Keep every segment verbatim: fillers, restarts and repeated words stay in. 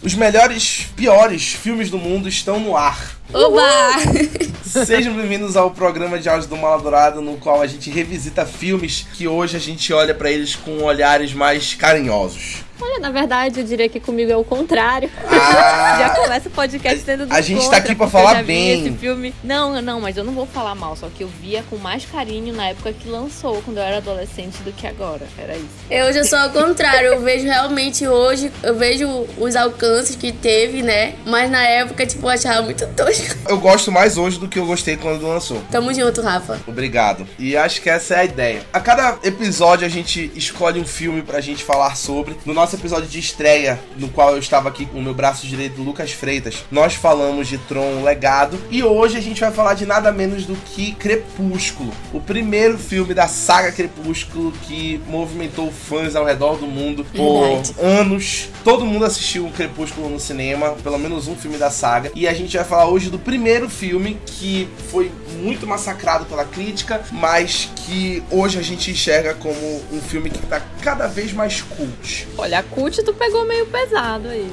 Os melhores, piores filmes do mundo estão no ar. Oba! Sejam bem-vindos ao programa de áudio do Maladourado, no qual a gente revisita filmes que hoje a gente olha pra eles com olhares mais carinhosos. Olha, na verdade, eu diria que comigo é o contrário. Ah, já começa o podcast sendo do A gente contra, tá aqui pra porque eu falar já vi bem. Esse filme. Não, não, mas eu não vou falar mal, só que eu via com mais carinho na época que lançou, quando eu era adolescente, do que agora. Era isso. Eu já sou ao contrário, eu vejo realmente hoje, eu vejo os alcances que teve, né? Mas na época, tipo, eu achava muito tosco. Eu gosto mais hoje do que eu gostei quando lançou. Tamo junto, Rafa. Obrigado. E acho que essa é a ideia. A cada episódio a gente escolhe um filme pra gente falar sobre. No nosso episódio de estreia, no qual eu estava aqui com o meu braço direito, Lucas Freitas, nós falamos de Tron Legado. E hoje a gente vai falar de nada menos do que Crepúsculo. O primeiro filme da saga Crepúsculo que movimentou fãs ao redor do mundo por Verdade. anos. Todo mundo assistiu o Crepúsculo no cinema, pelo menos um filme da saga. E a gente vai falar hoje do primeiro filme que foi muito massacrado pela crítica, mas que hoje a gente enxerga como um filme que tá cada vez mais cult. Olha, a cult tu pegou meio pesado aí.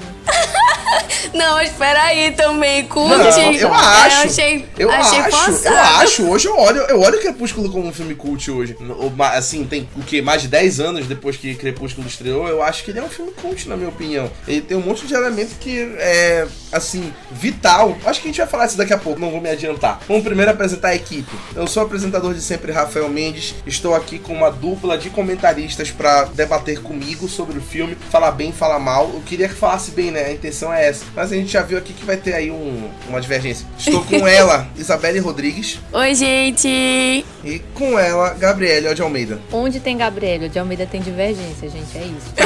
Não, espera aí também, curte. Não, eu acho. Eu achei, Eu achei acho, forçado. eu acho. Hoje eu olho, eu olho Crepúsculo como um filme cult hoje. O- ma- Assim, tem o que? Mais de dez anos depois que Crepúsculo estreou, eu acho que ele é um filme cult, na minha opinião. Ele tem um monte de elemento que é, assim, vital. Acho que a gente vai falar isso daqui a pouco, não vou me adiantar. Vamos primeiro apresentar a equipe. Eu sou o apresentador de sempre, Rafael Mendes. Estou aqui com uma dupla de comentaristas pra debater comigo sobre o filme. Falar bem, falar mal. Eu queria que falasse bem, né? A intenção é essa. Mas a gente já viu aqui que vai ter aí um, uma divergência. Estou com ela, Isabelle Rodrigues. Oi, gente. E com ela, Gabriele de Almeida. Onde tem Gabriela, de Almeida tem divergência, gente, é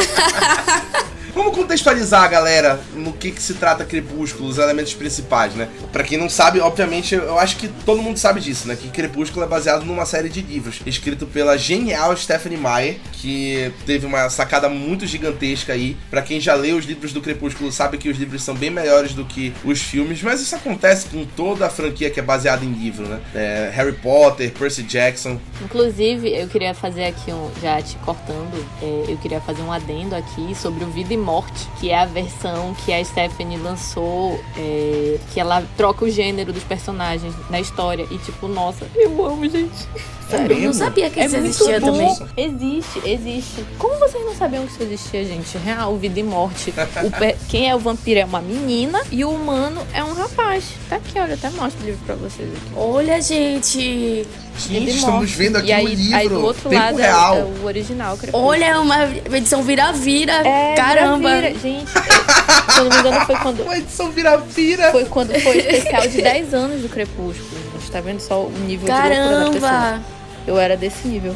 isso. Vamos contextualizar a galera no que, que se trata Crepúsculo, os elementos principais, né? Pra quem não sabe, obviamente, eu acho que todo mundo sabe disso, né? Que Crepúsculo é baseado numa série de livros, escrito pela genial Stephenie Meyer, que teve uma sacada muito gigantesca aí. Pra quem já leu os livros do Crepúsculo, sabe que os livros são bem melhores do que os filmes, mas isso acontece com toda a franquia que é baseada em livro, né? É, Harry Potter, Percy Jackson. Inclusive, eu queria fazer aqui um, já te cortando, é, eu queria fazer um adendo aqui sobre o Vida e Morte, que é a versão que a Stephenie lançou, é, que ela troca o gênero dos personagens na história. E tipo, nossa, eu amo, gente. Sério? Eu não sabia que É isso muito existia bom. também. Existe, existe. Como vocês não sabiam que isso existia, gente? Real, Vida e Morte. O pe- Quem é o vampiro é uma menina e o humano é um rapaz. Tá aqui, olha, eu até mostro o livro pra vocês aqui. Olha, gente. Gente, Vida e estamos Morte. vendo aqui e aí, no livro, aí do outro tempo lado é, real. é o original. Crepúsculo. Olha, uma edição vira-vira. É, Caramba. vira-vira. Gente, é, se eu não me engano, foi quando, Uma edição vira-vira. foi quando foi o especial de dez anos do Crepúsculo. A gente tá vendo só o nível de loucura da pessoa. Caramba. Eu era desse nível.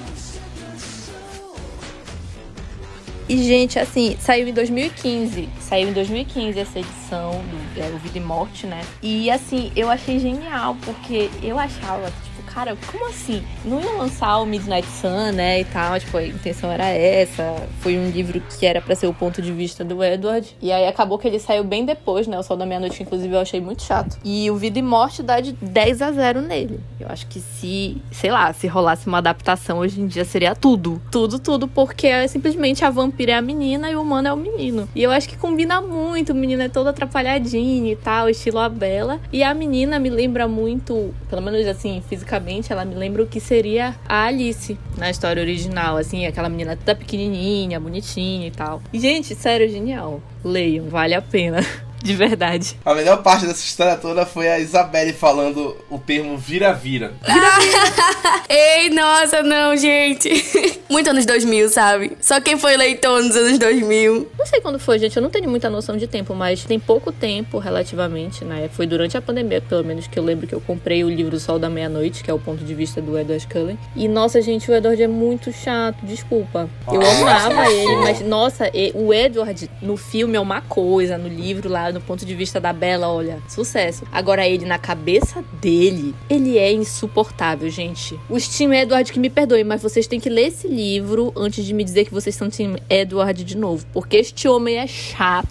E, gente, assim, saiu em dois mil e quinze. Saiu em dois mil e quinze essa edição do é, o Vida e Morte, né? E, assim, eu achei genial, porque eu achava, tipo, cara, como assim? Não iam lançar o Midnight Sun, né, e tal, tipo, a intenção era essa. Foi um livro que era pra ser o ponto de vista do Edward. E aí acabou que ele saiu bem depois, né, o Sol da Meia-Noite, que inclusive eu achei muito chato. E o Vida e Morte dá de dez a zero nele. Eu acho que se, sei lá, se rolasse uma adaptação hoje em dia seria tudo. Tudo, tudo, porque é simplesmente a vampira é a menina e o humano é o menino. E eu acho que combina muito, o menino é todo atrapalhadinho e tal, estilo a Bella. E a menina me lembra muito, pelo menos assim, fisicamente, ela me lembra o que seria a Alice na história original, assim, aquela menina toda pequenininha, bonitinha e tal. E, gente, sério, genial. Leiam, vale a pena. De verdade. A melhor parte dessa história toda foi a Isabelle falando o termo vira-vira. Ei, nossa, não, gente. Muito anos dois mil, sabe? Só quem foi leitor nos anos dois mil. Não sei quando foi, gente. Eu não tenho muita noção de tempo, mas tem pouco tempo, relativamente, né? Foi durante a pandemia, pelo menos, que eu lembro que eu comprei o livro Sol da Meia-Noite, que é o ponto de vista do Edward Cullen. E, nossa, gente, o Edward é muito chato, desculpa. Eu amava ele, mas, nossa, o Edward no filme é uma coisa, no livro lá, no ponto de vista da Bella, olha, sucesso. Agora ele, na cabeça dele, ele é insuportável, gente. Os Team Edward que me perdoem, mas vocês têm que ler esse livro antes de me dizer que vocês são Team Edward de novo, porque este homem é chato.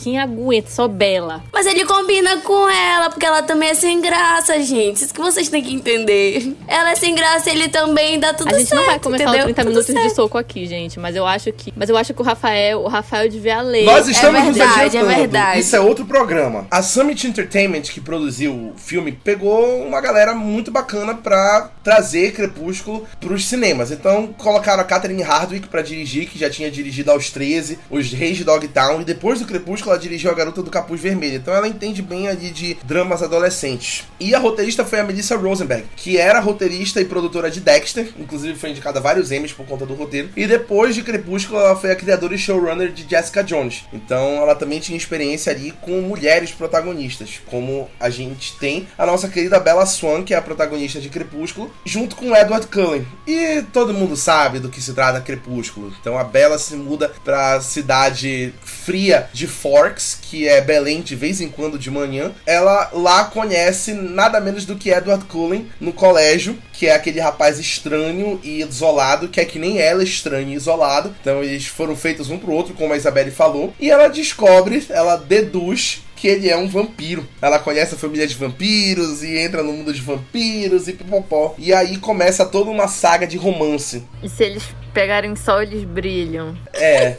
Quem aguenta? Só Bella. Mas ele combina com ela, porque ela também é sem graça, gente. Isso que vocês têm que entender. Ela é sem graça e ele também dá tudo certo. A gente certo, não vai começar entendeu? os trinta tudo minutos certo. de soco aqui, gente. Mas eu acho que. Mas eu acho que o Rafael, o Rafael devia ler. Nós estamos É verdade, nos adiantando. é verdade. Isso é outro programa. A Summit Entertainment, que produziu o filme, pegou uma galera muito bacana pra trazer Crepúsculo pros cinemas. Então, colocaram a Catherine Hardwicke pra dirigir, que já tinha dirigido aos treze, Os Reis de Dogtown, e depois do Crepúsculo ela dirigiu A Garota do Capuz Vermelho. Então ela entende bem ali de dramas adolescentes. E a roteirista foi a Melissa Rosenberg, que era roteirista e produtora de Dexter, inclusive foi indicada a vários Emmys por conta do roteiro. E depois de Crepúsculo ela foi a criadora e showrunner de Jessica Jones. Então ela também tinha experiência ali com mulheres protagonistas, como a gente tem a nossa querida Bella Swan, que é a protagonista de Crepúsculo, junto com Edward Cullen. E todo mundo sabe do que se trata Crepúsculo. Então a Bella se muda pra cidade fria de Forks, que é Belém de vez em quando de manhã. Ela lá conhece nada menos do que Edward Cullen no colégio, que é aquele rapaz estranho e isolado, que é que nem ela, estranho e isolado. Então eles foram feitos um pro outro, como a Isabelle falou. E ela descobre, ela deduz que ele é um vampiro. Ela conhece a família de vampiros e entra no mundo de vampiros e pipopó. E aí começa toda uma saga de romance. E se eles pegarem sol, eles brilham. É.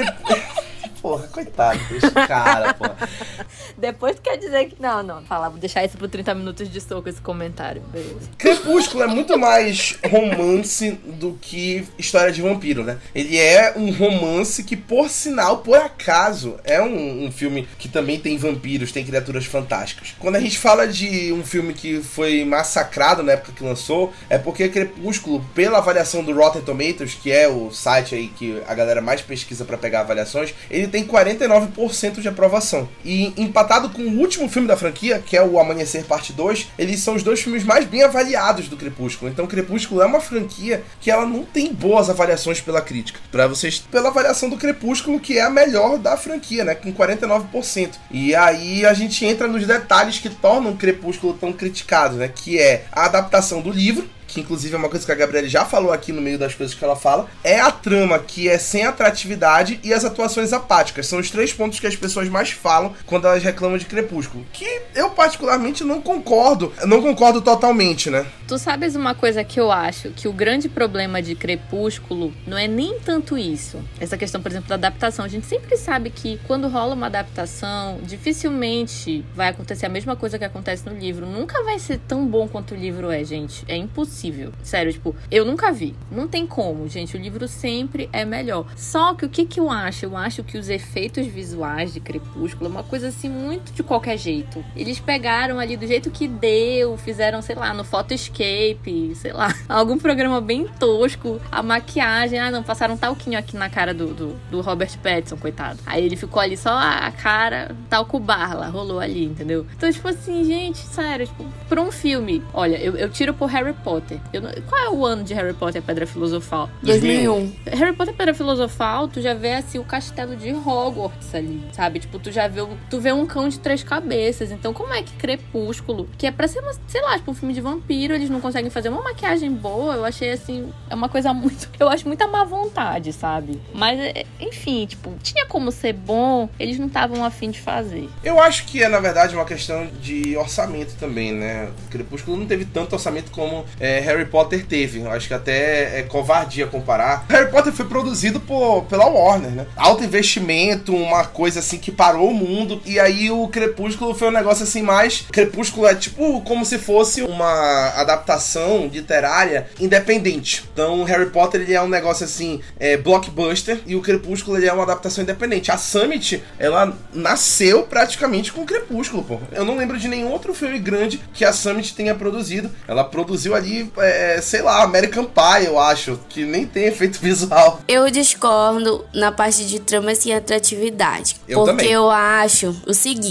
Porra, coitado desse cara, porra. Depois tu quer dizer que... Não, não. Fala, vou deixar isso por trinta minutos de soco, esse comentário. Beleza. Crepúsculo é muito mais romance do que história de vampiro, né? Ele é um romance que, por sinal, por acaso, é um, um filme que também tem vampiros, tem criaturas fantásticas. Quando a gente fala de um filme que foi massacrado na época que lançou, é porque Crepúsculo, pela avaliação do Rotten Tomatoes, que é o site aí que a galera mais pesquisa pra pegar avaliações, ele tem quarenta e nove por cento de aprovação. E empatado com o último filme da franquia, que é o Amanhecer Parte dois, eles são os dois filmes mais bem avaliados do Crepúsculo. Então Crepúsculo é uma franquia que ela não tem boas avaliações pela crítica. Pra vocês, pela avaliação do Crepúsculo, que é a melhor da franquia, né? Com quarenta e nove por cento. E aí a gente entra nos detalhes que tornam o Crepúsculo tão criticado, né? Que é a adaptação do livro, que inclusive é uma coisa que a Gabriele já falou aqui no meio das coisas que ela fala, é a trama que é sem atratividade e as atuações apáticas. São os três pontos que as pessoas mais falam quando elas reclamam de Crepúsculo. Que eu particularmente não concordo. Não concordo totalmente, né? Tu sabes uma coisa que eu acho? Que o grande problema de Crepúsculo não é nem tanto isso. Essa questão, por exemplo, da adaptação. A gente sempre sabe que quando rola uma adaptação, dificilmente vai acontecer a mesma coisa que acontece no livro. Nunca vai ser tão bom quanto o livro é, gente. É impossível. Sério, tipo, eu nunca vi. Não tem como, gente. O livro sempre é melhor. Só que o que que eu acho? Eu acho que os efeitos visuais de Crepúsculo é uma coisa assim, muito de qualquer jeito. Eles pegaram ali do jeito que deu, fizeram, sei lá, no Photoscape, sei lá, algum programa bem tosco. A maquiagem, ah não, passaram um talquinho aqui na cara do, do, do Robert Pattinson, coitado. Aí ele ficou ali só a cara, talco barla, rolou ali, entendeu? Então, tipo assim, gente, sério, tipo, pra um filme, olha, eu, eu tiro por Harry Potter. Eu não... Qual é o ano de Harry Potter e a Pedra Filosofal? dois mil e um. Harry Potter e a Pedra Filosofal, tu já vê assim o castelo de Hogwarts ali, sabe? Tipo, tu já vê, tu vê um cão de três cabeças. Então, como é que Crepúsculo, que é pra ser, uma, sei lá, tipo um filme de vampiro, eles não conseguem fazer uma maquiagem boa? Eu achei assim, é uma coisa muito... Eu acho muita má vontade, sabe? Mas, enfim, tipo, tinha como ser bom, eles não estavam a fim de fazer. Eu acho que é, na verdade, uma questão de orçamento também, né? Crepúsculo não teve tanto orçamento como é, Harry Potter teve. Eu acho que até é covardia comparar. Harry Potter foi produzido por, pela Warner, né? Alto investimento, uma coisa assim que parou o mundo. E aí o Crepúsculo foi um negócio assim mais... Crepúsculo é tipo como se fosse uma adaptação literária independente. Então Harry Potter ele é um negócio assim, é, blockbuster, e o Crepúsculo ele é uma adaptação independente. A Summit, ela nasceu praticamente com o Crepúsculo, pô. Eu não lembro de nenhum outro filme grande que a Summit tenha produzido. Ela produziu ali, é, sei lá, American Pie, eu acho, que nem tem efeito visual. Eu discordo na parte de trama e atratividade. Eu porque também. eu acho o seguinte,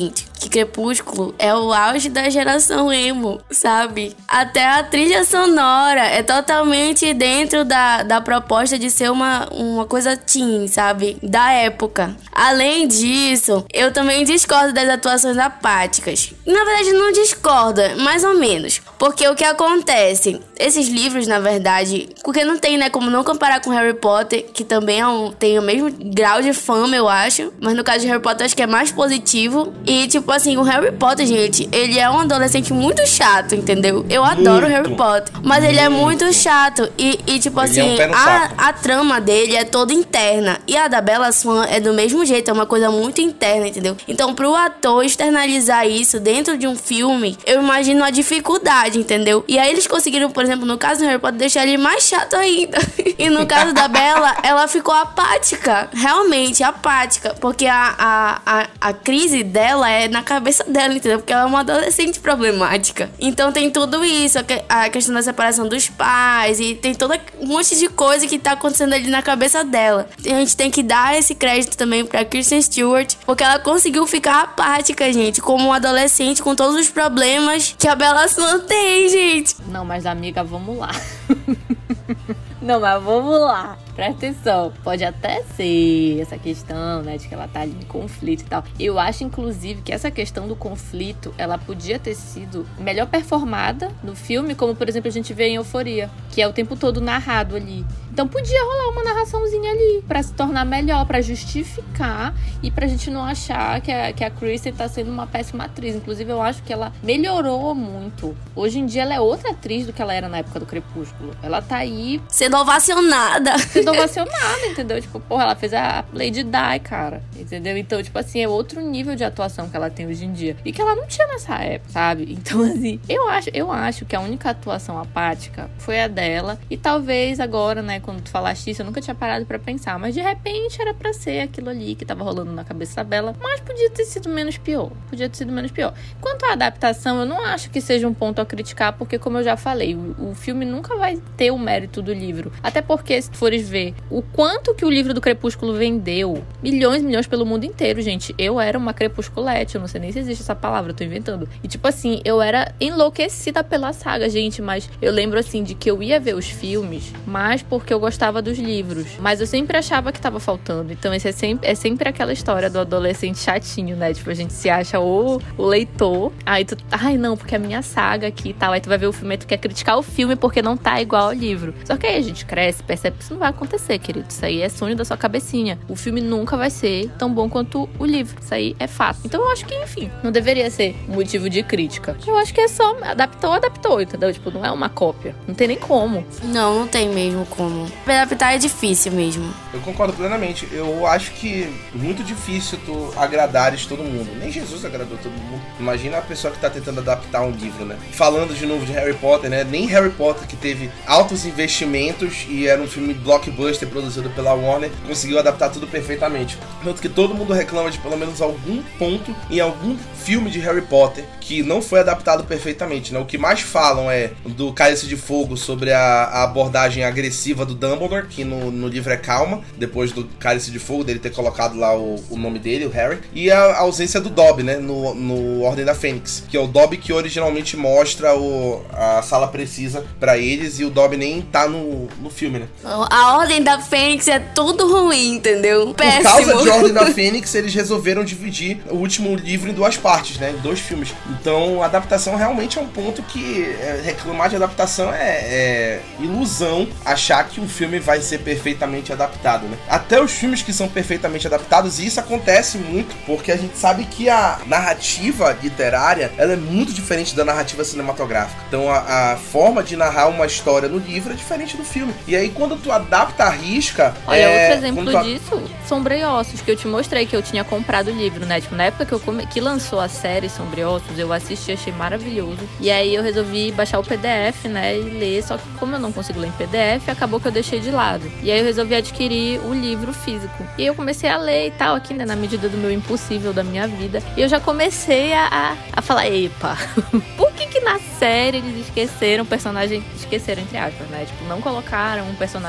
que Crepúsculo é o auge da geração emo, sabe? Até a trilha sonora é totalmente dentro da, da proposta de ser uma, uma coisa teen, sabe? Da época. Além disso, eu também discordo das atuações apáticas. Na verdade, não discordo, mais ou menos. Porque o que acontece? Esses livros, na verdade, porque não tem, né, como não comparar com Harry Potter, que também é um, tem o mesmo grau de fama, eu acho. Mas no caso de Harry Potter, acho que é mais positivo. E, tipo assim, o Harry Potter, gente, ele é um adolescente muito chato, entendeu? Eu adoro o Harry Potter, mas ele é muito chato. E, e tipo Ele assim, é um a, a trama dele é toda interna. E a da Bella Swan é do mesmo jeito, é uma coisa muito interna, entendeu? Então, pro ator externalizar isso dentro de um filme, eu imagino a dificuldade, entendeu? E aí eles conseguiram, por exemplo, no caso do Harry Potter, deixar ele mais chato ainda. E no caso da Bella, ela ficou apática. Realmente, apática. Porque a, a, a, a crise dela é na cabeça dela, entendeu? Porque ela é uma adolescente problemática. Então tem tudo isso, a questão da separação dos pais, e tem todo um monte de coisa que tá acontecendo ali na cabeça dela. E a gente tem que dar esse crédito também pra Kristen Stewart, porque ela conseguiu ficar apática, gente, como um adolescente com todos os problemas que a Bella Swan tem, gente. Não, mas amiga, vamos lá. Não, mas vamos lá. Presta atenção. Pode até ser essa questão, né, de que ela tá ali em conflito e tal. Eu acho, inclusive, que essa questão do conflito, ela podia ter sido melhor performada no filme, como, por exemplo, a gente vê em Euforia, que é o tempo todo narrado ali. Então podia rolar uma narraçãozinha ali pra se tornar melhor, pra justificar e pra gente não achar que a, que a Kristen tá sendo uma péssima atriz. Inclusive, eu acho que ela melhorou muito. Hoje em dia, ela é outra atriz do que ela era na época do Crepúsculo. Ela tá aí... sendo ovacionada. Sendo ovacionada, entendeu? Tipo, porra, ela fez a Lady Di, cara. Entendeu? Então, tipo assim, é outro nível de atuação que ela tem hoje em dia. E que ela não tinha nessa época, sabe? Então, assim, eu acho, eu acho que a única atuação apática foi a dela. E talvez agora, né, quando tu falaste isso, eu nunca tinha parado pra pensar. Mas de repente era pra ser aquilo ali que tava rolando na cabeça dela. Mas podia ter sido menos pior. Podia ter sido menos pior. Quanto à adaptação, eu não acho que seja um ponto a criticar, porque, como eu já falei, o, o filme nunca vai ter o mérito do livro. Até porque, se tu fores ver o quanto que o livro do Crepúsculo vendeu, milhões e milhões pelo mundo inteiro, gente. Eu era uma crepusculete, eu não sei nem se existe essa palavra, eu tô inventando. E tipo assim, eu era enlouquecida pela saga, gente, mas eu lembro assim de que eu ia ver os filmes, mas porque eu gostava dos livros. Mas eu sempre achava que tava faltando. Então esse é sempre, é sempre aquela história do adolescente chatinho, né? Tipo, a gente se acha o, o leitor, aí tu, ai não, porque a minha saga aqui e tal, aí tu vai ver o filme e tu quer criticar o filme porque não tá igual ao livro. Só que aí a gente cresce, percebe que isso não vai acontecer, querido. Isso aí é sonho da sua cabecinha. O filme nunca vai ser tão bom quanto o livro. Isso aí é fato. Então eu acho que, enfim, não deveria ser um motivo de crítica. Eu acho que é só adaptou, adaptou, entendeu? Tipo, não é uma cópia. Não tem nem como. Não, não tem mesmo como. Adaptar é difícil mesmo. Eu concordo plenamente. Eu acho que é muito difícil tu agradares todo mundo. Nem Jesus agradou todo mundo. Imagina a pessoa que tá tentando adaptar um livro, né? Falando de novo de Harry Potter, né? Nem Harry Potter, que teve altos investimentos e era um filme blockbuster produzido pela Warner, conseguiu adaptar tudo perfeitamente. Tanto que todo mundo reclama de pelo menos algum ponto em algum filme de Harry Potter que não foi adaptado perfeitamente, né? O que mais falam é do Cálice de Fogo, sobre a, a abordagem agressiva do Dumbledore, que no, no livro é calma, depois do Cálice de Fogo, dele ter colocado lá o, o nome dele, o Harry, e a ausência do Dobby, né? No, no Ordem da Fênix, que é o Dobby que originalmente mostra o, a sala precisa pra eles, e o Dobby nem tá no, no filme, né? A Ordem da Fênix é tudo ruim, entendeu? Péssimo. Por causa de Ordem da Fênix, eles resolveram dividir o último livro em duas partes, né? Em dois filmes. Então, a adaptação realmente é um ponto que é, reclamar de adaptação é, é ilusão achar que um filme vai ser perfeitamente adaptado, né? Até os filmes que são perfeitamente adaptados, e isso acontece muito, porque a gente sabe que a narrativa literária, ela é muito diferente da narrativa cinematográfica. Então, a, a forma de narrar uma história no livro é diferente do filme. E aí, quando tu adapta a risca... Olha, é, outro exemplo tu... disso, Sombra e Ossos, que eu te mostrei que eu tinha comprado o livro, né? Tipo, na época que, eu come... que lançou a série Sombra e Ossos, eu assisti, achei maravilhoso. E aí eu resolvi baixar o P D F, né? E ler, só que como eu não consigo ler em P D F, acabou que eu deixei de lado. E aí eu resolvi adquirir o livro físico. E aí eu comecei a ler e tal, aqui, né? Na medida do meu impossível, da minha vida. E eu já comecei a, a, a falar, epa, por que que na série eles esqueceram o personagem, esqueceram entre aspas, né? Tipo, não colocaram um personagem que eu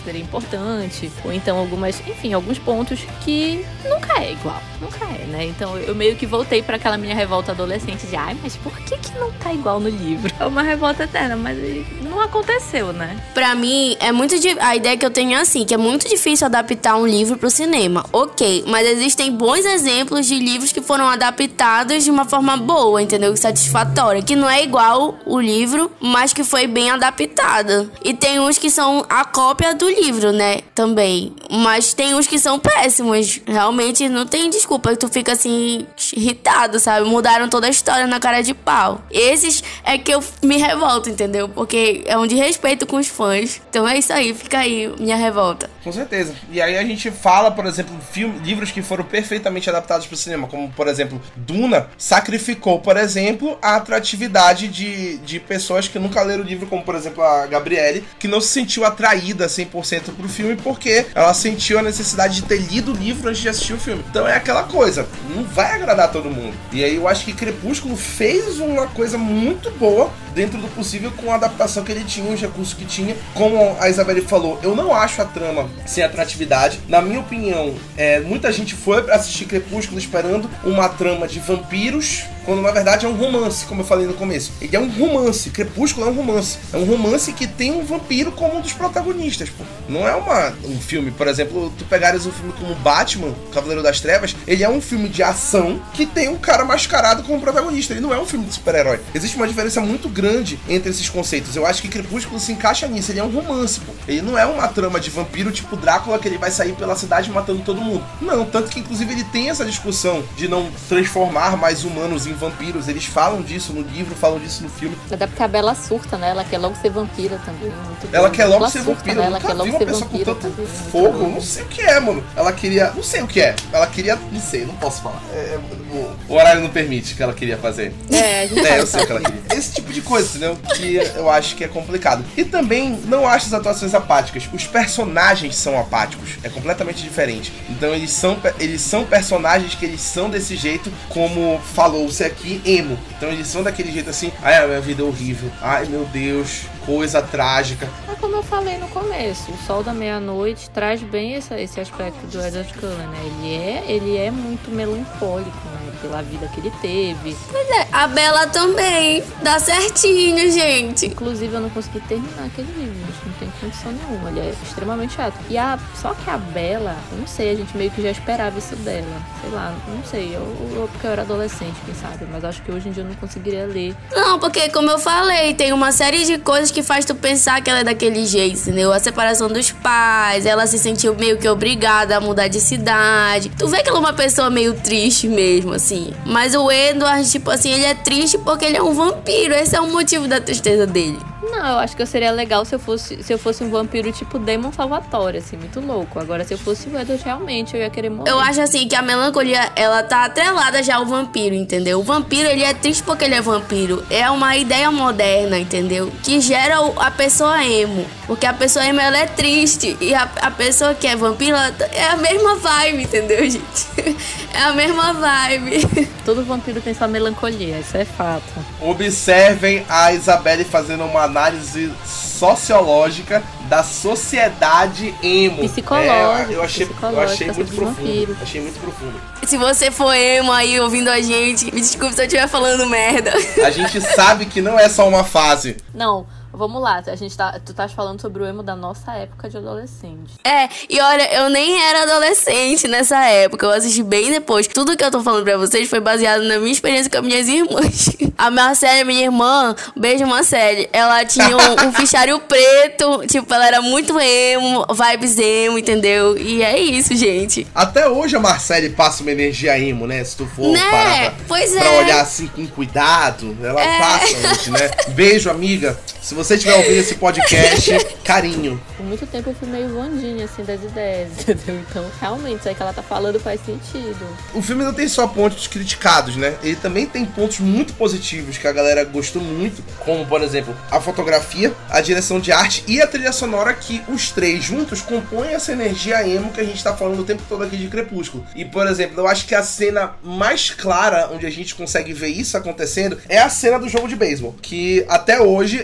considerei importante, ou então algumas, enfim, alguns pontos que nunca é igual, nunca é, né? Então eu meio que voltei pra aquela minha revolta adolescente de, ai, mas por que que não tá igual no livro? É uma revolta eterna, mas não aconteceu, né? Pra mim, é muito di- a ideia que eu tenho é assim, que é muito difícil adaptar um livro pro cinema, ok, mas existem bons exemplos de livros que foram adaptados de uma forma boa, entendeu? Satisfatória, que não é igual o livro, mas que foi bem adaptada. E tem uns que são a cópia do livro, né, também, mas tem uns que são péssimos, realmente não tem desculpa, tu fica assim, irritado, sabe? Mudaram toda a história na cara de pau. Esses é que eu me revolto, entendeu? Porque é um desrespeito com os fãs. Então é isso aí, fica aí minha revolta. Com certeza. E aí a gente fala, por exemplo, filme, livros que foram perfeitamente adaptados para o cinema, como, por exemplo, Duna sacrificou, por exemplo, a atratividade de, de pessoas que nunca leram o livro, como, por exemplo, a Gabriele, que não se sentiu atraída cem por cento pro filme porque ela sentiu a necessidade de ter lido o livro antes de assistir o filme. Então é aquela coisa, não vai agradar todo mundo. E aí eu acho que Crepúsculo fez uma coisa muito boa dentro do possível com a adaptação que ele tinha, os recursos que tinha. Como a Isabelle falou, eu não acho a trama sem atratividade. Na minha opinião, é, muita gente foi assistir Crepúsculo esperando uma trama de vampiros, quando na verdade é um romance, como eu falei no começo. Ele é um romance, Crepúsculo é um romance. É um romance que tem um vampiro como um dos protagonistas, pô. Não é uma, um filme, por exemplo, tu pegares um filme como Batman, Cavaleiro das Trevas, ele é um filme de ação que tem um cara mascarado como protagonista. Ele não é um filme de super-herói. Existe uma diferença muito grande entre esses conceitos. Eu acho que Crepúsculo se encaixa nisso. Ele é um romance, pô. Ele não é uma trama de vampiro tipo Drácula, que ele vai sair pela cidade matando todo mundo. Não, tanto que inclusive ele tem essa discussão de não transformar mais humanos em vampiros. Eles falam disso no livro, falam disso no filme. Até porque a Bella surta, né? Ela quer logo ser vampira também. Muito ela bem. quer logo ela ser surta, vampira. Né? Eu ela nunca quer vi logo uma ser pessoa com vampira tanto também. fogo. Muito Não sei o que é, mano. Ela queria... Não sei o que é. Ela queria... Não sei, não posso falar. É, é, o, o horário não permite que ela queria fazer. É, a gente É, eu sei o que ela queria. Esse tipo de coisa, entendeu? Que eu acho que é complicado. E também não acho as atuações apáticas. Os personagens são apáticos. É completamente diferente. Então eles são, eles são personagens que eles são desse jeito, como falou-se aqui, emo. Então eles são daquele jeito assim, ai, a minha vida é horrível. Ai, meu Deus, coisa trágica. É como eu falei no começo, o Sol da Meia-Noite traz bem esse, esse aspecto do Edward Cullen, né? Ele é, ele é muito melancólico, né? Pela vida que ele teve. Pois é, a Bella também. Dá certinho, gente. Inclusive, eu não consegui terminar aquele livro, gente. Não tem condição nenhuma. Ele é extremamente chato. E a, só que a Bella, eu não sei, a gente meio que já esperava isso dela. Sei lá, não sei. Eu, eu, porque eu era adolescente, quem sabe? Mas acho que hoje em dia eu não conseguiria ler. Não, porque como eu falei, tem uma série de coisas que faz tu pensar que ela é daquele jeito, entendeu? A separação dos pais, ela se sentiu meio que obrigada a mudar de cidade. Tu vê que ela é uma pessoa meio triste mesmo, assim. Mas o Edward, tipo assim, ele é triste porque ele é um vampiro. Esse é o motivo da tristeza dele. Não, eu acho que eu seria legal se eu fosse, se eu fosse um vampiro tipo Demon Salvatore, assim, muito louco. Agora, se eu fosse o Edward, realmente, eu ia querer morrer. Eu acho, assim, que a melancolia, ela tá atrelada já ao vampiro, entendeu? O vampiro, ele é triste porque ele é vampiro. É uma ideia moderna, entendeu? Que gera a pessoa emo. Porque a pessoa emo, ela é triste. E a, a pessoa que é vampiro, ela é a mesma vibe, entendeu, gente? É a mesma vibe. Todo vampiro tem sua melancolia, isso é fato. Observem a Isabelle fazendo uma análise sociológica da sociedade emo. Psicológica. É, eu achei, eu achei muito profundo. Achei muito profundo. Se você for emo aí ouvindo a gente, me desculpe se eu estiver falando merda. A gente sabe que não é só uma fase. Não. Vamos lá, a gente tá, tu tá falando sobre o emo da nossa época de adolescente. É, e olha, eu nem era adolescente nessa época, eu assisti bem depois. Tudo que eu tô falando pra vocês foi baseado na minha experiência com as minhas irmãs. A Marcele, minha irmã, beijo Marcele, ela tinha um, um fichário preto, tipo, ela era muito emo, vibes emo, entendeu? E é isso, gente. Até hoje a Marcele passa uma energia emo, né? Se tu for né? parar pra, pois pra é. olhar assim com cuidado, ela é. passa hoje, né? Beijo, amiga. Se você estiver ouvindo esse podcast, carinho. Por muito tempo eu fui meio Wandinha, assim, das ideias, entendeu? Então, realmente, isso aí que ela tá falando faz sentido. O filme não tem só pontos criticados, né? Ele também tem pontos muito positivos que a galera gostou muito, como, por exemplo, a fotografia, a direção de arte e a trilha sonora, que os três juntos compõem essa energia emo que a gente tá falando o tempo todo aqui de Crepúsculo. E, por exemplo, eu acho que a cena mais clara onde a gente consegue ver isso acontecendo é a cena do jogo de beisebol, que até hoje ela passa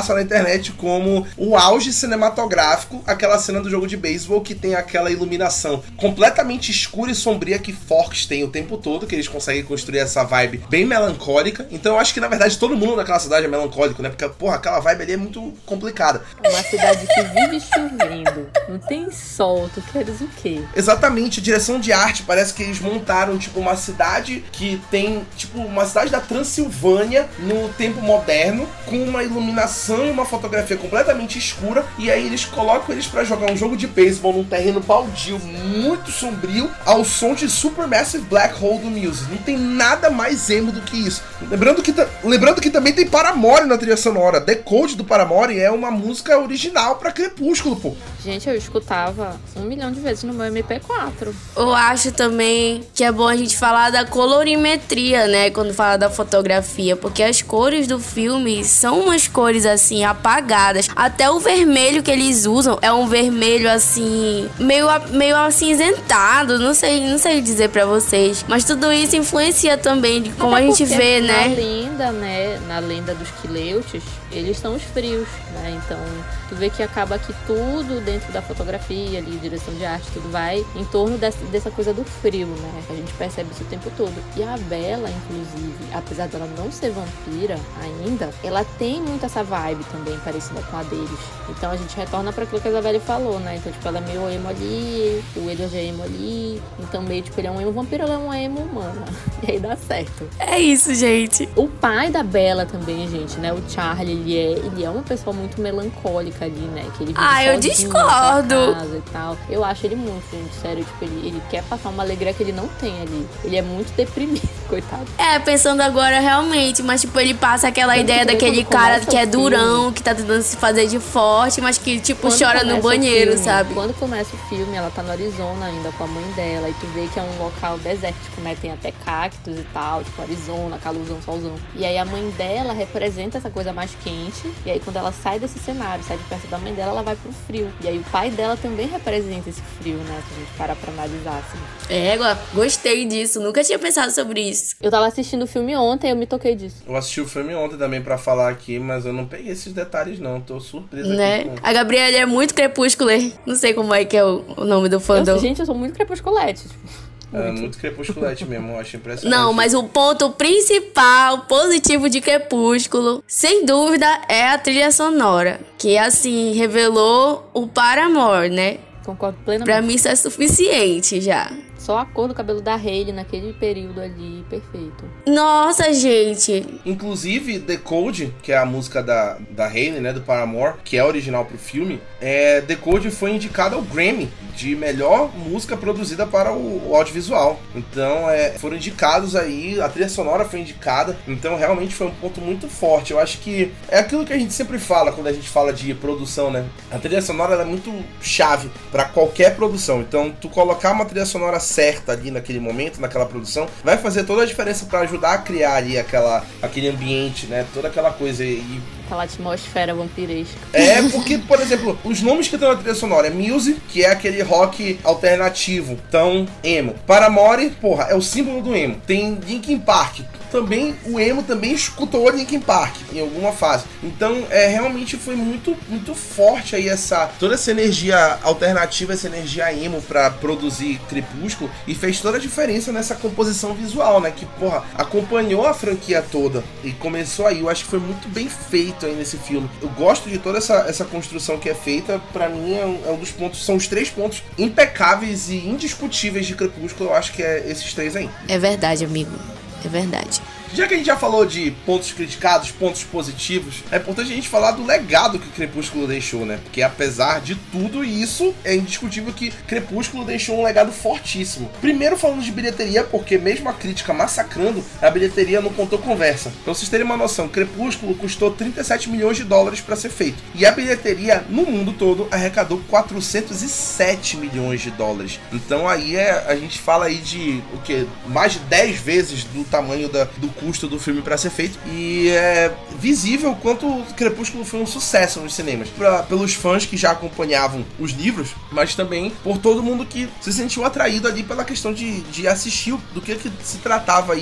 passa na internet como o auge cinematográfico, aquela cena do jogo de beisebol que tem aquela iluminação completamente escura e sombria que Forks tem o tempo todo, que eles conseguem construir essa vibe bem melancólica. Então eu acho que, na verdade, todo mundo naquela cidade é melancólico, né? Porque, porra, aquela vibe ali é muito complicada. Uma cidade que vive chovendo, não tem sol, tu queres o quê? Exatamente, a direção de arte, parece que eles montaram, tipo, uma cidade que tem, tipo, uma cidade da Transilvânia no tempo moderno, com uma iluminação e uma fotografia completamente escura, e aí eles colocam eles pra jogar um jogo de beisebol num terreno baldio muito sombrio, ao som de Supermassive Black Hole do Muse. Não tem nada mais emo do que isso. Lembrando que, lembrando que também tem Paramore na trilha sonora. Decode do Paramore é uma música original pra Crepúsculo, pô. Gente, eu escutava um milhão de vezes no meu M P quatro. Eu acho também que é bom a gente falar da colorimetria, né? Quando fala da fotografia, porque as cores do filme são umas cores assim apagadas. Até o vermelho que eles usam é um vermelho assim meio, meio acinzentado. Não sei, não sei dizer pra vocês, mas tudo isso influencia também de como Até a gente vê, na né? lenda, né? Na lenda dos Quileutes, eles são os frios, né? Então, tu vê que acaba que tudo dentro da fotografia, ali, direção de arte, tudo vai em torno dessa, dessa coisa do frio, né? A gente percebe isso o tempo todo. E a Bella, inclusive, apesar dela não ser vampira ainda, ela tem muito essa vibe também parecida com a deles. Então a gente retorna para aquilo que a Isabelle falou, né? Então, tipo, ela é meio emo ali, o Edward é emo ali. Então, meio, tipo, ele é um emo vampiro, ela é uma emo humana. E aí dá certo. É isso, gente. O pai da Bella também, gente, né? O Charlie, ele é, ele é uma pessoa muito melancólica ali, né? Que ele vive Ah, eu sozinho discordo. na casa e tal. Eu acho ele muito, gente, sério. Tipo, ele, ele quer passar uma alegria que ele não tem ali. Ele é muito deprimido, coitado. É, pensando agora realmente, mas tipo, ele passa aquela Tanto ideia que daquele quando cara começa que é o filme- durão, que tá tentando se fazer de forte, mas que tipo Quando chora no começa o banheiro, filme- sabe? Quando começa o filme, ela tá no Arizona ainda com a mãe dela. E tu vê que é um local desértico, né? Tem até cactos e tal, tipo Arizona, calorzão, solzão. E aí a mãe dela representa essa coisa mais quente. E aí quando ela sai desse cenário, sai de perto da mãe dela, ela vai pro frio. E aí o pai dela também representa esse frio, né? Se a gente parar pra analisar, assim. É, gostei disso, nunca tinha pensado sobre isso. Eu tava assistindo o filme ontem e eu me toquei disso. Eu assisti o filme ontem também pra falar aqui, mas eu não peguei esses detalhes não, tô surpresa Né? aqui com... A Gabriela é muito crepuscular. Não sei como é que é o, o nome do fandom. Eu, gente, eu sou muito crepusculete. É, muito crepusculete mesmo, eu acho impressionante. Não, mas o ponto principal, positivo de Crepúsculo, sem dúvida, é a trilha sonora. Que, assim, revelou o Paramore, né? Concordo plenamente. Pra mim isso é suficiente já. Só a cor do cabelo da Hayley naquele período ali, perfeito. Nossa, gente. Inclusive, Decode, que é a música da, da Hayley, né, do Paramore, que é original pro filme, é, Decode foi indicada ao Grammy de melhor música produzida para o, o audiovisual. Então, é, foram indicados aí, a trilha sonora foi indicada, então realmente foi um ponto muito forte. Eu acho que é aquilo que a gente sempre fala quando a gente fala de produção, né? A trilha sonora ela é muito chave para qualquer produção. Então, tu colocar uma trilha sonora certa ali naquele momento, naquela produção, vai fazer toda a diferença para ajudar a criar ali aquela, aquele ambiente, né? Toda aquela coisa e... Aquela atmosfera vampiresca. É, porque, por exemplo, os nomes que estão na trilha sonora é Muse, que é aquele rock alternativo, então, emo. Paramore, porra, é o símbolo do emo. Tem Linkin Park, também, o emo também escutou Linkin Park em alguma fase. Então, é, realmente foi muito, muito forte aí essa, toda essa energia alternativa, essa energia emo pra produzir Crepúsculo, e fez toda a diferença nessa composição visual, né, que, porra, acompanhou a franquia toda e começou aí. Eu acho que foi muito bem feito aí nesse filme. Eu gosto de toda essa, essa construção que é feita. Pra mim é um, é um dos pontos, são os três pontos impecáveis e indiscutíveis de Crepúsculo. Eu acho que é esses três aí. É verdade, amigo. É verdade. Já que a gente já falou de pontos criticados, pontos positivos, é importante a gente falar do legado que Crepúsculo deixou, né? Porque apesar de tudo isso, é indiscutível que Crepúsculo deixou um legado fortíssimo. Primeiro falando de bilheteria, porque mesmo a crítica massacrando, a bilheteria não contou conversa. Pra vocês terem uma noção, Crepúsculo custou trinta e sete milhões de dólares pra ser feito. E a bilheteria, no mundo todo, arrecadou quatrocentos e sete milhões de dólares. Então aí é, a gente fala aí de, o quê? Mais de dez vezes do tamanho da, do custo do filme para ser feito, e é visível quanto o Crepúsculo foi um sucesso nos cinemas, pra, pelos fãs que já acompanhavam os livros, mas também por todo mundo que se sentiu atraído ali pela questão de, de assistir do que, que se tratava aí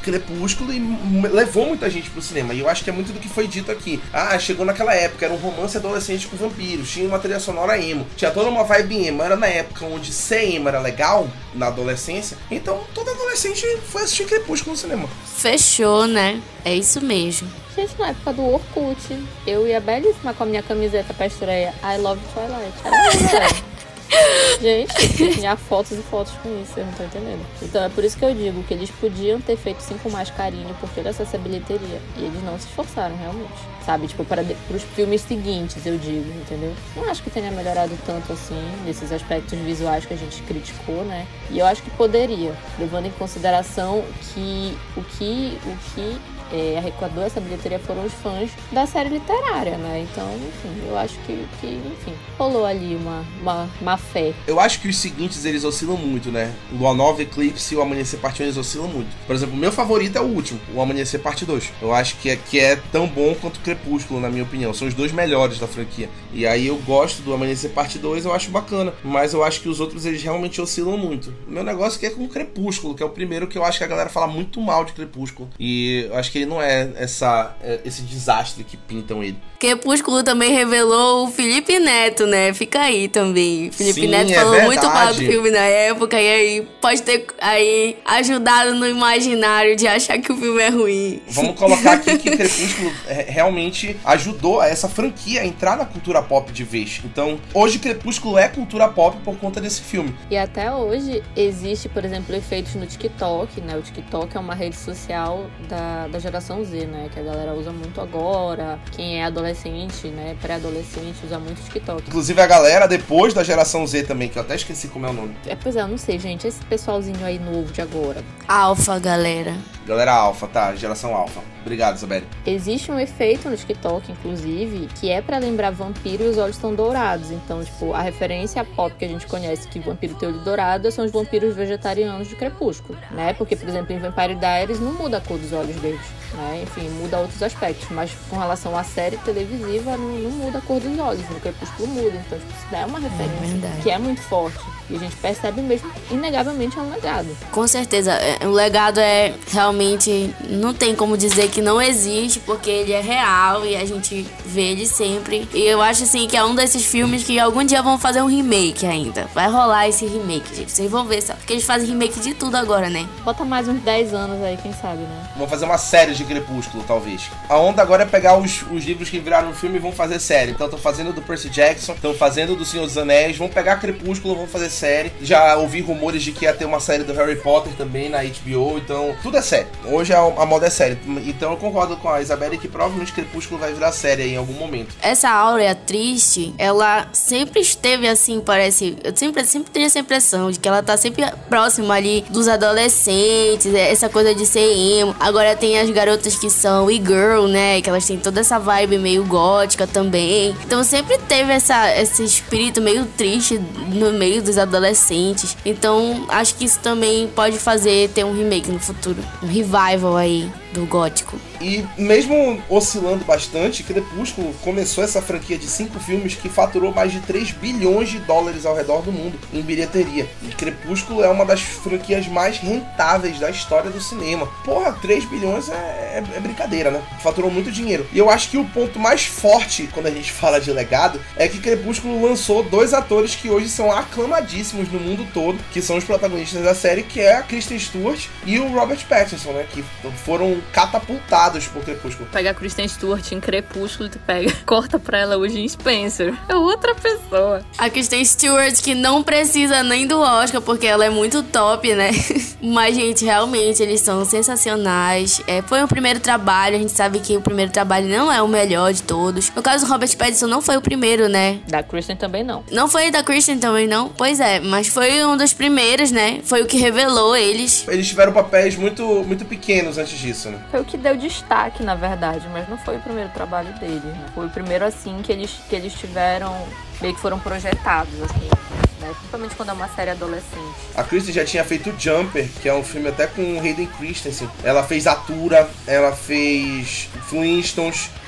Crepúsculo e m- levou muita gente pro cinema. E eu acho que é muito do que foi dito aqui. Ah, chegou naquela época, era um romance adolescente com vampiros, tinha uma trilha sonora emo, tinha toda uma vibe emo. Era na época onde ser emo era legal, na adolescência. Então todo adolescente foi assistir Crepúsculo no cinema. Fechou, né? É isso mesmo. Gente, na época do Orkut, eu ia belíssima com a minha camiseta pra estreia I Love Twilight. Era Gente, tinha fotos e fotos com isso, eu não tô entendendo. Então é por isso que eu digo que eles podiam ter feito sim com mais carinho por toda essa bilheteria. E eles não se esforçaram, realmente. Sabe, tipo, para de, pros filmes seguintes, eu digo, entendeu? Não acho que tenha melhorado tanto assim, nesses aspectos visuais que a gente criticou, né? E eu acho que poderia, levando em consideração que o que... O que É, arrecadou essa bilheteria foram os fãs da série literária, né? Então, enfim, eu acho que, que enfim, rolou ali uma, uma má fé. Eu acho que os seguintes, eles oscilam muito, né? Lua Nova, Eclipse e o Amanhecer Parte um, eles oscilam muito. Por exemplo, o meu favorito é o último, o Amanhecer Parte dois. Eu acho que é, que é tão bom quanto o Crepúsculo, na minha opinião. São os dois melhores da franquia. E aí eu gosto do Amanhecer Parte dois, eu acho bacana. Mas eu acho que os outros, eles realmente oscilam muito. O meu negócio aqui é com o Crepúsculo, que é o primeiro que eu acho que a galera fala muito mal de Crepúsculo. E eu acho que ele não é essa, esse desastre que pintam ele. Crepúsculo também revelou o Felipe Neto, né? Fica aí também. Felipe Sim, Neto é falou verdade. muito mal do filme na época e aí pode ter aí ajudado no imaginário de achar que o filme é ruim. Vamos colocar aqui que Crepúsculo realmente ajudou essa franquia a entrar na cultura pop de vez. Então, hoje Crepúsculo é cultura pop por conta desse filme. E até hoje existe, por exemplo, efeitos no TikTok, né? O TikTok é uma rede social da, da geração Z, né? Que a galera usa muito agora. Quem é adolescente, né? Pré-adolescente, usa muito TikTok. Inclusive a galera depois da geração Z também, que eu até esqueci como é o nome. É, pois é, eu não sei, gente. Esse pessoalzinho aí novo de agora. Alfa, galera. Galera alfa, tá? Geração alfa. Obrigado, Isabelle. Existe um efeito no TikTok, inclusive, que é pra lembrar vampiro e os olhos estão dourados. Então, tipo, a referência pop que a gente conhece que vampiro tem olho dourado são os vampiros vegetarianos de Crepúsculo, né? Porque, por exemplo, em Vampire Diaries não muda a cor dos olhos deles, né? Enfim, muda outros aspectos. Mas com relação à série televisiva, não, não muda a cor dos olhos. No Crepúsculo muda. Então, tipo, isso daí é uma referência É que é muito forte. E a gente percebe mesmo, inegavelmente, é um legado. Com certeza, o legado é realmente, não tem como dizer que não existe, porque ele é real e a gente vê ele sempre. E eu acho assim que é um desses filmes que algum dia vão fazer um remake ainda. Vai rolar esse remake, gente. Vocês vão ver só. Porque eles fazem remake de tudo agora, né? Bota mais uns dez anos aí, quem sabe, né? Vão fazer uma série de Crepúsculo, talvez. A onda agora é pegar os, os livros que viraram filme e vão fazer série. Então estão fazendo do Percy Jackson, estão fazendo do Senhor dos Anéis, vão pegar Crepúsculo, vão fazer série. Já ouvi rumores de que ia ter uma série do Harry Potter também na H B O, então tudo é série. Hoje a, a moda é série. Então eu concordo com a Isabelle que provavelmente Crepúsculo vai virar série aí em algum momento. Essa áurea triste, ela sempre esteve assim, parece. Eu sempre, sempre tenho essa impressão de que ela tá sempre próxima ali dos adolescentes, essa coisa de ser emo. Agora tem as garotas que são e-girl, né? Que elas têm toda essa vibe meio gótica também. Então sempre teve essa, esse espírito meio triste no meio dos adolescentes. Então acho que isso também pode fazer ter um remake no futuro. Um revival aí do gótico. E mesmo oscilando bastante, Crepúsculo começou essa franquia de cinco filmes que faturou mais de três bilhões de dólares ao redor do mundo em bilheteria. E Crepúsculo é uma das franquias mais rentáveis da história do cinema. Porra, três bilhões é, é, é brincadeira, né? Faturou muito dinheiro. E eu acho que o ponto mais forte quando a gente fala de legado é que Crepúsculo lançou dois atores que hoje são aclamadíssimos no mundo todo, que são os protagonistas da série, que é a Kristen Stewart e o Robert Pattinson, né? Que foram catapultados por Crepúsculo. Pega a Kristen Stewart em Crepúsculo, tu pega, corta pra ela hoje em Spencer. É outra pessoa. A Kristen Stewart que não precisa nem do Oscar, porque ela é muito top, né? Mas, gente, realmente, eles são sensacionais. É, foi o primeiro trabalho, a gente sabe que o primeiro trabalho não é o melhor de todos. No caso do Robert Pattinson, não foi o primeiro, né? Da Kristen também não. Não foi da Kristen também, não? Pois é, mas foi um dos primeiros, né? Foi o que revelou eles. Eles tiveram papéis muito, muito pequenos antes disso, né? Foi o que deu destaque, na verdade, mas não foi o primeiro trabalho deles, né? Foi o primeiro, assim, que eles, que eles tiveram, meio que foram projetados, assim, né? Principalmente quando é uma série adolescente. A Kristen já tinha feito Jumper, que é um filme até com o Hayden Christensen. Ela fez Atura, ela fez Flintstones.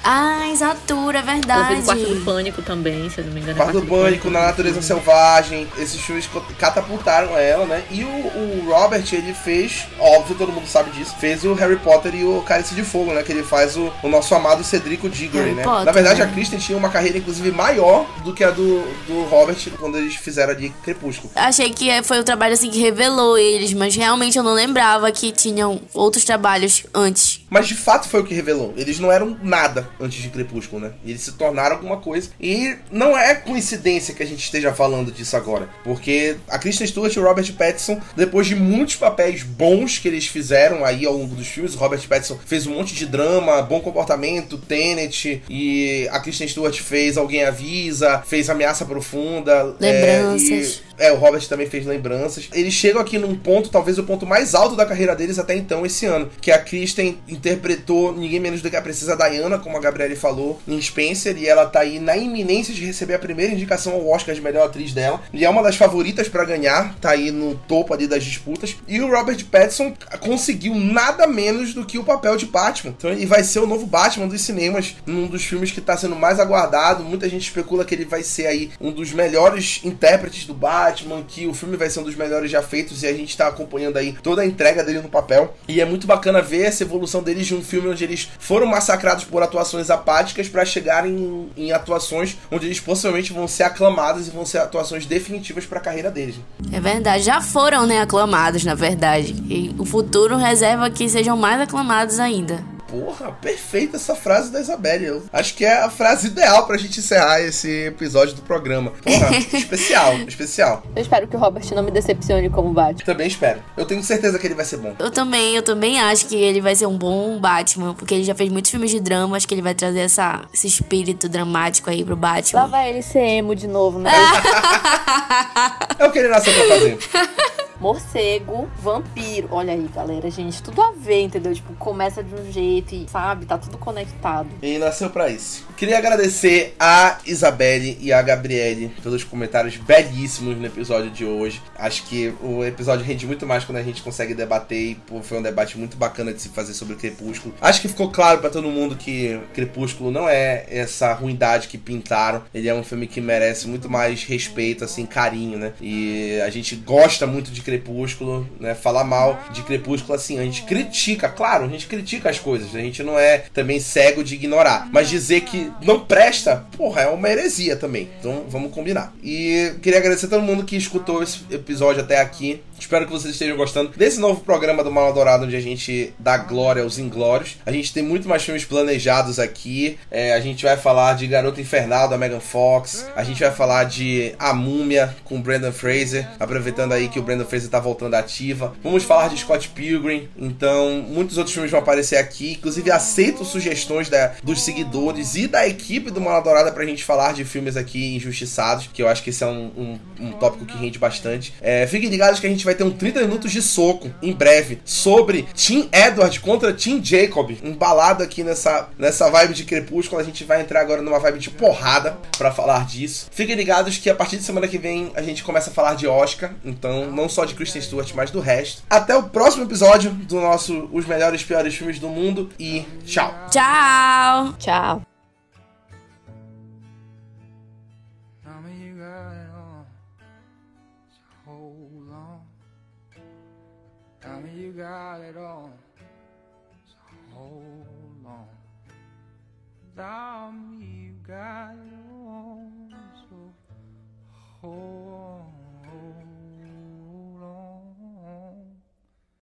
Ah, Exatura, é verdade. Ela fez o Quarto do Pânico também, se eu não me engano. Quarto do Pânico, Na Natureza Selvagem, esses filmes catapultaram ela, né? E o, o Robert, ele fez, óbvio, todo mundo sabe disso, fez o Harry Potter e o Cálice de Fogo, né? Que ele faz o, o nosso amado Cedrico Diggory, Harry né? Potter, Na verdade, né? a Kristen tinha uma carreira, inclusive, maior do que a do, do Robert quando eles fizeram ali Crepúsculo. Achei que foi o trabalho assim que revelou eles, mas realmente eu não lembrava que tinham outros trabalhos antes. Mas de fato foi o que revelou. Eles não eram nada antes de Crepúsculo, né? Eles se tornaram alguma coisa. E não é coincidência que a gente esteja falando disso agora. Porque a Kristen Stewart e o Robert Pattinson, depois de muitos papéis bons que eles fizeram aí ao longo dos filmes, o Robert Pattinson fez um monte de drama, Bom Comportamento, Tenet, e a Kristen Stewart fez Alguém Avisa, fez Ameaça Profunda. Lembranças. É, e, é, o Robert também fez Lembranças. Eles chegam aqui num ponto, talvez o ponto mais alto da carreira deles até então, esse ano. Que a Kristen interpretou ninguém menos do que a Princesa Diana, como a Gabriele falou, em Spencer, e ela tá aí na iminência de receber a primeira indicação ao Oscar de melhor atriz dela, e é uma das favoritas pra ganhar, tá aí no topo ali das disputas. E o Robert Pattinson conseguiu nada menos do que o papel de Batman, então ele vai ser o novo Batman dos cinemas, num dos filmes que tá sendo mais aguardado. Muita gente especula que ele vai ser aí um dos melhores intérpretes do Batman, que o filme vai ser um dos melhores já feitos, e a gente tá acompanhando aí toda a entrega dele no papel, e é muito bacana ver essa evolução deles de um filme onde eles foram massacrados por atuações apáticas pra chegarem em, em atuações onde eles possivelmente vão ser aclamados e vão ser atuações definitivas pra carreira deles. É verdade, já foram, né, aclamados, na verdade. E o futuro reserva que sejam mais aclamados ainda. Porra, perfeita essa frase da Isabelle. Eu acho que é a frase ideal pra gente encerrar esse episódio do programa. Porra, especial, especial. Eu espero que o Robert não me decepcione como Batman. Também espero. Eu tenho certeza que ele vai ser bom. Eu também, eu também acho que ele vai ser um bom Batman, porque ele já fez muitos filmes de drama, acho que ele vai trazer essa, esse espírito dramático aí pro Batman. Lá vai ele ser emo de novo, né? É o que ele nasceu pra fazer. Morcego, vampiro. Olha aí, galera, gente, tudo a ver, entendeu? Tipo, começa de um jeito e, sabe, tá tudo conectado. E nasceu pra isso. Queria agradecer a Isabelle e a Gabriele pelos comentários belíssimos no episódio de hoje. Acho que o episódio rende muito mais quando a gente consegue debater, e pô, foi um debate muito bacana de se fazer sobre Crepúsculo. Acho que ficou claro pra todo mundo que Crepúsculo não é essa ruindade que pintaram. Ele é um filme que merece muito mais respeito, assim, carinho, né? E a gente gosta muito de Crepúsculo, né? Falar mal de Crepúsculo, assim, a gente critica, claro, a gente critica as coisas, a gente não é também cego de ignorar, mas dizer que não presta, porra, é uma heresia também, então vamos combinar. E queria agradecer a todo mundo que escutou esse episódio até aqui. Espero que vocês estejam gostando desse novo programa do Mal Adorado, onde a gente dá glória aos inglórios. A gente tem muito mais filmes planejados aqui. É, a gente vai falar de Garota Infernal, da Megan Fox. A gente vai falar de A Múmia, com o Brendan Fraser, aproveitando aí que o Brendan Fraser tá voltando à ativa. Vamos falar de Scott Pilgrim. Então, muitos outros filmes vão aparecer aqui. Inclusive, aceito sugestões da, dos seguidores e da equipe do Mal Adorada pra gente falar de filmes aqui injustiçados, que eu acho que esse é um, um, um tópico que rende bastante. É, fiquem ligados que a gente vai ter um trinta minutos de soco em breve sobre Team Edward contra Team Jacob, embalado aqui nessa, nessa vibe de Crepúsculo. A gente vai entrar agora numa vibe de porrada pra falar disso. Fiquem ligados que a partir de semana que vem a gente começa a falar de Oscar, então não só de Kristen Stewart, mas do resto. Até o próximo episódio do nosso Os Melhores e Piores Filmes do Mundo e tchau! Tchau! Tchau! Tell me you got it all, so hold on. Tell me you got it all, so hold on.